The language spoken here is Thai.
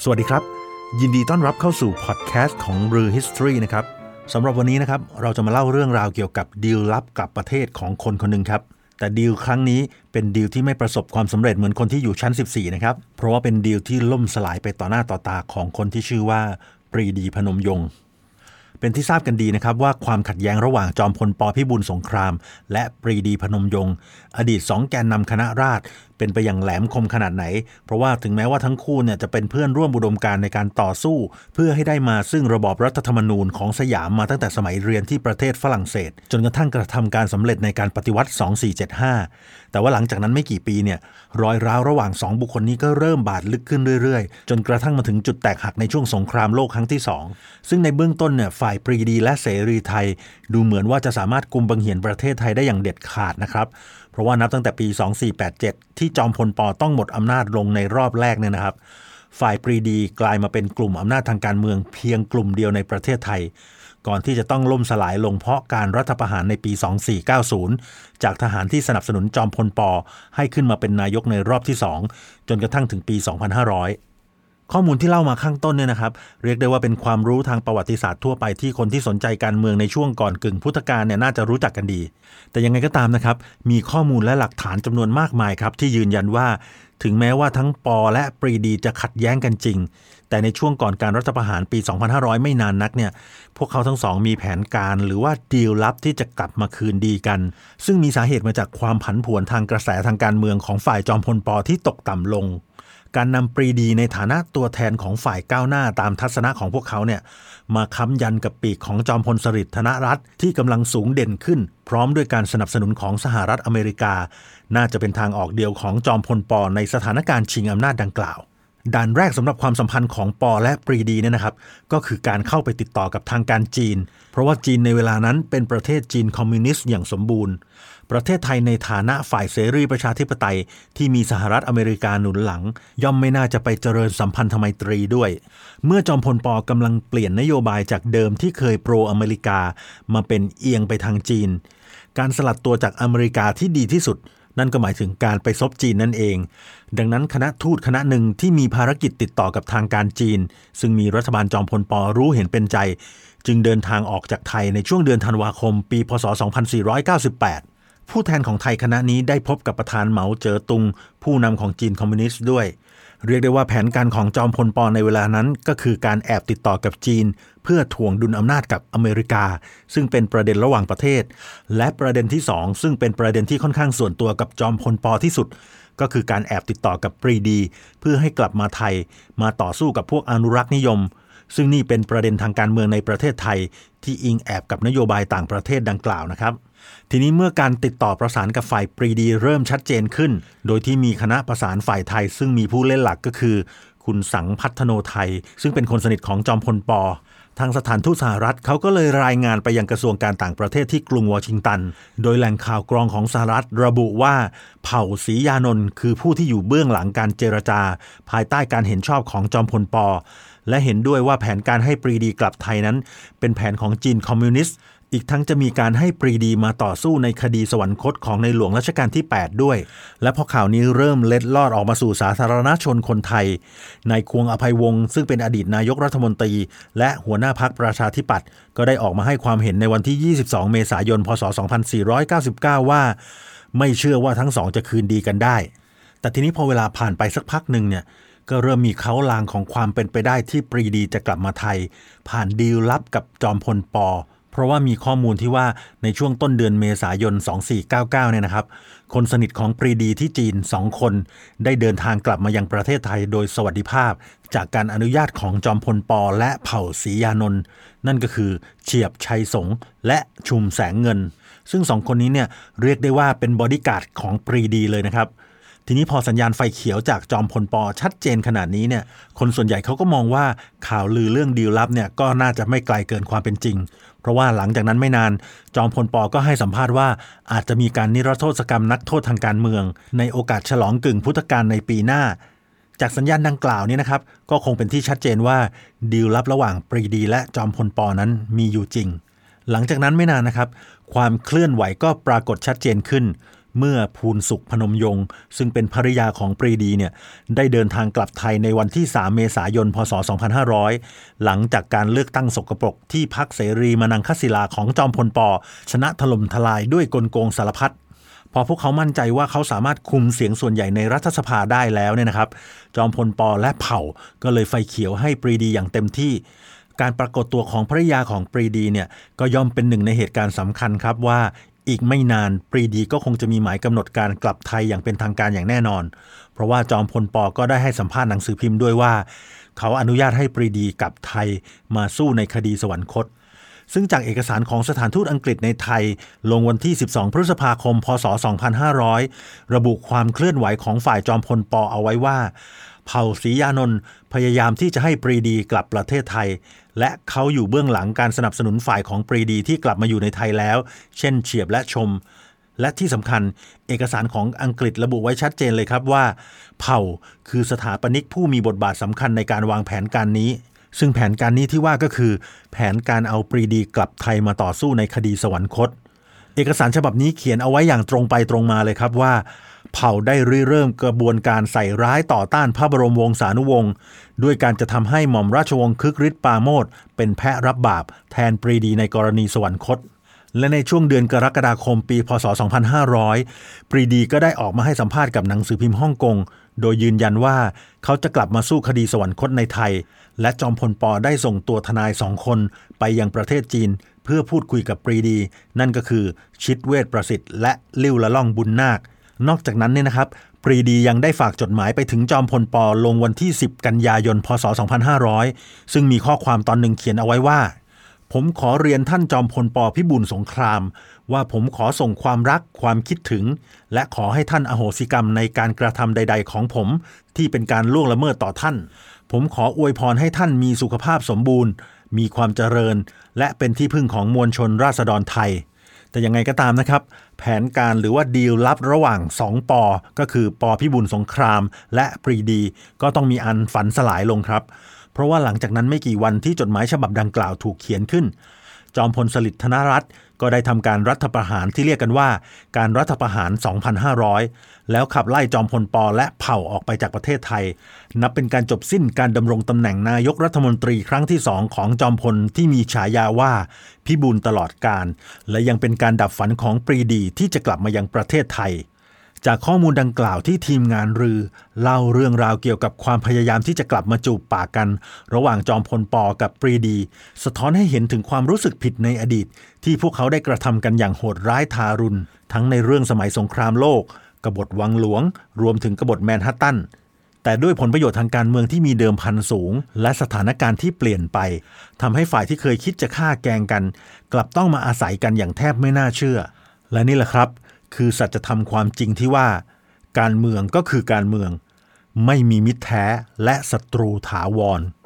วัสดีครับยินดีต้อนรับเข้าสู่พอดแคสต์ของรือ History นะครับสำหรับวันนี้นะครับเราจะมาเล่าเรื่องราวเกี่ยวกับดีลลับกลับประเทศของคนคนหนึ่งครับแต่ดีลครั้งนี้เป็นดีลที่ไม่ประสบความสำเร็จเหมือนคนที่อยู่ชั้น14นะครับเพราะว่าเป็นดีลที่ล่มสลายไปต่อหน้าต่อตาของคนที่ชื่อว่าปรีดีพนมยงค์เป็นที่ทราบกันดีนะครับว่าความขัดแย้งระหว่างจอมพลป.พิบูลสงครามและปรีดีพนมยงค์อดีต2แกนนำคณะราษฎรเป็นไปอย่างแหลมคมขนาดไหนเพราะว่าถึงแม้ว่าทั้งคู่เนี่ยจะเป็นเพื่อนร่วมอุดมการณ์ในการต่อสู้เพื่อให้ได้มาซึ่งระบอบรัฐธรรมนูญของสยามมาตั้งแต่สมัยเรียนที่ประเทศฝรั่งเศสจนกระทั่งกระทำการสำเร็จในการปฏิวัติ2475แต่ว่าหลังจากนั้นไม่กี่ปีเนี่ยรอยร้าวระหว่าง2บุคคลนี้ก็เริ่มบาดลึกขึ้นเรื่อยๆจนกระทั่งมาถึงจุดแตกหักในช่วงสงครามโลกครั้งที่2ซึ่งในเบื้องต้นเนี่ยฝ่ายปรีดีและเสรีไทยดูเหมือนว่าจะสามารถกุมบังเหียนประเทศไทยได้อย่างเด็ดขาดนะครับเพราะว่านับตั้งแต่ปี2487ที่จอมพลป.ต้องหมดอำนาจลงในรอบแรกเนี่ยนะครับฝ่ายปรีดีกลายมาเป็นกลุ่มอำนาจทางการเมืองเพียงกลุ่มเดียวในประเทศไทยก่อนที่จะต้องล่มสลายลงเพราะการรัฐประหารในปี2490จากทหารที่สนับสนุนจอมพลป.ให้ขึ้นมาเป็นนายกในรอบที่2จนกระทั่งถึงปี2500ข้อมูลที่เล่ามาข้างต้นเนี่ยนะครับเรียกได้ว่าเป็นความรู้ทางประวัติศาสตร์ทั่วไปที่คนที่สนใจการเมืองในช่วงก่อนกึ่งพุทธกาลเนี่ยน่าจะรู้จักกันดีแต่ยังไงก็ตามนะครับมีข้อมูลและหลักฐานจำนวนมากมายครับที่ยืนยันว่าถึงแม้ว่าทั้งป.และปรีดีจะขัดแย้งกันจริงแต่ในช่วงก่อนการรัฐประหารปี2500ไม่นานนักเนี่ยพวกเขาทั้งสองมีแผนการหรือว่าดีลลับที่จะกลับมาคืนดีกันซึ่งมีสาเหตุมาจากความผันผวนทางกระแสทางการเมืองของฝ่ายจอมพลป.ที่ตกต่ำลงการนำปรีดีในฐานะตัวแทนของฝ่ายก้าวหน้าตามทัศนะของพวกเขาเนี่ยมาค้ำยันกับปีกของจอมพลสฤษดิ์ธนรัตน์ที่กำลังสูงเด่นขึ้นพร้อมด้วยการสนับสนุนของสหรัฐอเมริกาน่าจะเป็นทางออกเดียวของจอมพลป.ในสถานการณ์ชิงอำนาจดังกล่าวด่านแรกสำหรับความสัมพันธ์ของป.และปรีดีเนี่ยนะครับก็คือการเข้าไปติดต่อกับทางการจีนเพราะว่าจีนในเวลานั้นเป็นประเทศจีนคอมมิวนิสต์อย่างสมบูรณ์ประเทศไทยในฐานะฝ่ายเสรีประชาธิปไตยที่มีสหรัฐอเมริกาหนุนหลังย่อมไม่น่าจะไปเจริญสัมพันธไมตรีด้วยเมื่อจอมพลป.กำลังเปลี่ยนนโยบายจากเดิมที่เคยโปรอเมริกามาเป็นเอียงไปทางจีนการสลัดตัวจากอเมริกาที่ดีที่สุดนั่นก็หมายถึงการไปซบจีนนั่นเองดังนั้นคณะทูตคณะหนึ่งที่มีภารกิจติดต่อกับทางการจีนซึ่งมีรัฐบาลจอมพลป.รู้เห็นเป็นใจจึงเดินทางออกจากไทยในช่วงเดือนธันวาคมปีพ.ศ. 2498ผู้แทนของไทยคณะนี้ได้พบกับประธานเหมาเจ๋อตุงผู้นำของจีนคอมมิวนิสต์ด้วยเรียกได้ว่าแผนการของจอมพลป.ในเวลานั้นก็คือการแอบติดต่อกับจีนเพื่อถ่วงดุลอำนาจกับอเมริกาซึ่งเป็นประเด็นระหว่างประเทศและประเด็นที่2ซึ่งเป็นประเด็นที่ค่อนข้างส่วนตัวกับจอมพลป.ที่สุดก็คือการแอบติดต่อกับปรีดีเพื่อให้กลับมาไทยมาต่อสู้กับพวกอนุรักษ์นิยมซึ่งนี่เป็นประเด็นทางการเมืองในประเทศไทยที่อิงแอบกับนโยบายต่างประเทศดังกล่าวนะครับทีนี้เมื่อการติดต่อประสานกับฝ่ายปรีดีเริ่มชัดเจนขึ้นโดยที่มีคณะประสานฝ่ายไทยซึ่งมีผู้เล่นหลักก็คือคุณสังพัฒโนไทยซึ่งเป็นคนสนิทของจอมพลป.ทางสถานทูตสหรัฐเขาก็เลยรายงานไปยังกระทรวงการต่างประเทศที่กรุงวอชิงตันโดยแหล่งข่าวกรองของสหรัฐระบุว่าเผ่าศรียานนท์คือผู้ที่อยู่เบื้องหลังการเจรจาภายใต้การเห็นชอบของจอมพลป.และเห็นด้วยว่าแผนการให้ปรีดีกลับไทยนั้นเป็นแผนของจีนคอมมิวนิสต์อีกทั้งจะมีการให้ปรีดีมาต่อสู้ในคดีสวรรคตของในหลวงรัชกาลที่8ด้วยและพอข่าวนี้เริ่มเล็ดลอดออกมาสู่สาธารณชนคนไทยนายควงอภัยวงศ์ซึ่งเป็นอดีตนายกรัฐมนตรีและหัวหน้าพรรคประชาธิปัตย์ก็ได้ออกมาให้ความเห็นในวันที่22เมษายนพศ2499ว่าไม่เชื่อว่าทั้งสองจะคืนดีกันได้แต่ทีนี้พอเวลาผ่านไปสักพักนึงเนี่ยก็เริ่มมีเค้าลางของความเป็นไปได้ที่ปรีดีจะกลับมาไทยผ่านดีลลับกับจอมพลป.เพราะว่ามีข้อมูลที่ว่าในช่วงต้นเดือนเมษายน2499เนี่ยนะครับคนสนิทของปรีดีที่จีน2คนได้เดินทางกลับมายังประเทศไทยโดยสวัสดิภาพจากการอนุญาตของจอมพลป.และเผ่าศรียานนท์นั่นก็คือเฉียบชัยสงฆ์และชุมแสงเงินซึ่ง2คนนี้เนี่ยเรียกได้ว่าเป็นบอดี้การ์ดของปรีดีเลยนะครับทีนี้พอสัญญาณไฟเขียวจากจอมพลป.ชัดเจนขนาดนี้เนี่ยคนส่วนใหญ่เขาก็มองว่าข่าวลือเรื่องดีลลับเนี่ยก็น่าจะไม่ไกลเกินความเป็นจริงเพราะว่าหลังจากนั้นไม่นานจอมพลป.ก็ให้สัมภาษณ์ว่าอาจจะมีการนิรโทษกรรมนักโทษทางการเมืองในโอกาสฉลองกึ่งพุทธกาลในปีหน้าจากสัญญาณดังกล่าวนี้นะครับก็คงเป็นที่ชัดเจนว่าดีลลับระหว่างปรีดีและจอมพลป.นั้นมีอยู่จริงหลังจากนั้นไม่นานนะครับความเคลื่อนไหวก็ปรากฏชัดเจนขึ้นเมื่อภูลสุขพนมยงค์ซึ่งเป็นภริยาของปรีดีเนี่ยได้เดินทางกลับไทยในวันที่3เมษายนพศ2500หลังจากการเลือกตั้งสกปรกที่พรรคเสรีมนังคศิลาของจอมพลป.ชนะถล่มทลายด้วยกลโกงสารพัดพอพวกเขามั่นใจว่าเขาสามารถคุมเสียงส่วนใหญ่ในรัฐสภาได้แล้วเนี่ยนะครับจอมพลป.และเผ่าก็เลยไฟเขียวให้ปรีดีอย่างเต็มที่การปรากฏตัวของภริยาของปรีดีเนี่ยก็ย่อมเป็นหนึ่งในเหตุการณ์สำคัญครับว่าอีกไม่นานปรีดีก็คงจะมีหมายกำหนดการกลับไทยอย่างเป็นทางการอย่างแน่นอนเพราะว่าจอมพลป.ก็ได้ให้สัมภาษณ์หนังสือพิมพ์ด้วยว่าเขาอนุญาตให้ปรีดีกลับไทยมาสู้ในคดีสวรรคตซึ่งจากเอกสารของสถานทูตอังกฤษในไทยลงวันที่12พฤษภาคมพศ2500ระบุความเคลื่อนไหวของฝ่ายจอมพลป.เอาไว้ว่าเผ่าศรียานนท์พยายามที่จะให้ปรีดีกลับประเทศไทยและเขาอยู่เบื้องหลังการสนับสนุนฝ่ายของปรีดีที่กลับมาอยู่ในไทยแล้วเช่นเฉียบและชมและที่สำคัญเอกสารของอังกฤษระบุไว้ชัดเจนเลยครับว่าเผ่าคือสถาปนิกผู้มีบทบาทสำคัญในการวางแผนการนี้ซึ่งแผนการนี้ที่ว่าก็คือแผนการเอาปรีดีกลับไทยมาต่อสู้ในคดีสวรรคตเอกสารฉบับนี้เขียนเอาไว้อย่างตรงไปตรงมาเลยครับว่าเผ่าได้เริ่มกระบวนการใส่ร้ายต่อต้านพระบรมวงศานุวงศ์ด้วยการจะทำให้หม่อมราชวงศ์คึกฤทธิ์ปราโมชเป็นแพะรับบาปแทนปรีดีในกรณีสวรรคตและในช่วงเดือนกรกฎาคมปีพศ2500ปรีดีก็ได้ออกมาให้สัมภาษณ์กับหนังสือพิมพ์ฮ่องกงโดยยืนยันว่าเขาจะกลับมาสู้คดีสวรรคตในไทยและจอมพลป.ได้ส่งตัวทนาย2คนไปยังประเทศจีนเพื่อพูดคุยกับปรีดีนั่นก็คือชิดเวชประสิทธิ์และลิ่วละล่องบุญนาคนอกจากนั้นเนี่ยนะครับปรีดียังได้ฝากจดหมายไปถึงจอมพลป.ลงวันที่10กันยายนพศ2500ซึ่งมีข้อความตอนหนึ่งเขียนเอาไว้ว่าผมขอเรียนท่านจอมพลป.พิบูลสงครามว่าผมขอส่งความรักความคิดถึงและขอให้ท่านอโหสิกรรมในการกระทำใดๆของผมที่เป็นการล่วงละเมิดต่อท่านผมขออวยพรให้ท่านมีสุขภาพสมบูรณ์มีความเจริญและเป็นที่พึ่งของมวลชนราษฎรไทยแต่ยังไงก็ตามนะครับแผนการหรือว่าดีลลับระหว่าง2 ป.ก็คือป.พิบูลสงครามและปรีดีก็ต้องมีอันฝันสลายลงครับเพราะว่าหลังจากนั้นไม่กี่วันที่จดหมายฉบับดังกล่าวถูกเขียนขึ้นจอมพลสฤษดิ์ธนรัตน์ก็ได้ทำการรัฐประหารที่เรียกกันว่าการรัฐประหาร 2,500 แล้วขับไล่จอมพลป.และเผ่าออกไปจากประเทศไทยนับเป็นการจบสิ้นการดำรงตำแหน่งนายกรัฐมนตรีครั้งที่2ของจอมพลที่มีฉายาว่าพิบูลตลอดกาลและยังเป็นการดับฝันของปรีดีที่จะกลับมายังประเทศไทยจากข้อมูลดังกล่าวที่ทีมงานรือเล่าเรื่องราวเกี่ยวกับความพยายามที่จะกลับมาจูบปากกันระหว่างจอมพลป.กับปรีดีสะท้อนให้เห็นถึงความรู้สึกผิดในอดีตที่พวกเขาได้กระทำกันอย่างโหดร้ายทารุณทั้งในเรื่องสมัยสงครามโลกกบฏวังหลวงรวมถึงกบฏแมนฮัตตันแต่ด้วยผลประโยชน์ทางการเมืองที่มีเดิมพันสูงและสถานการณ์ที่เปลี่ยนไปทำให้ฝ่ายที่เคยคิดจะฆ่าแกล้งกันกลับต้องมาอาศัยกันอย่างแทบไม่น่าเชื่อและนี่แหละครับคือสัจธรรมความจริงที่ว่าการเมืองก็คือการเมืองไม่มีมิตรแท้และศัตรูถาวร